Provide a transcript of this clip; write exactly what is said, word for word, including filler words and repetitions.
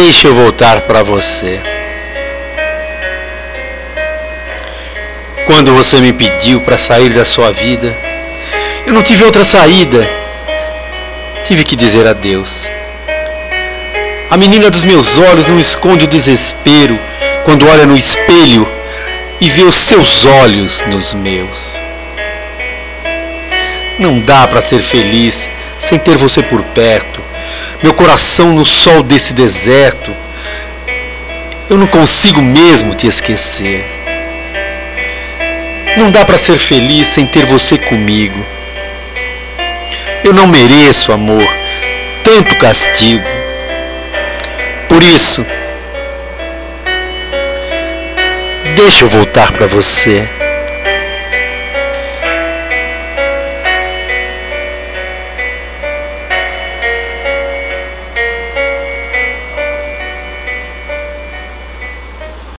Deixa eu voltar para você. Quando você me pediu para sair da sua vida, eu não tive outra saída. Tive que dizer adeus. A menina dos meus olhos não esconde o desespero quando olha no espelho e vê os seus olhos nos meus. Não dá para ser feliz sem ter você por perto. Meu coração no sol desse deserto. Eu não consigo mesmo te esquecer. Não dá para ser feliz sem ter você comigo. Eu não mereço, amor, tanto castigo. Por isso, deixa eu voltar para você.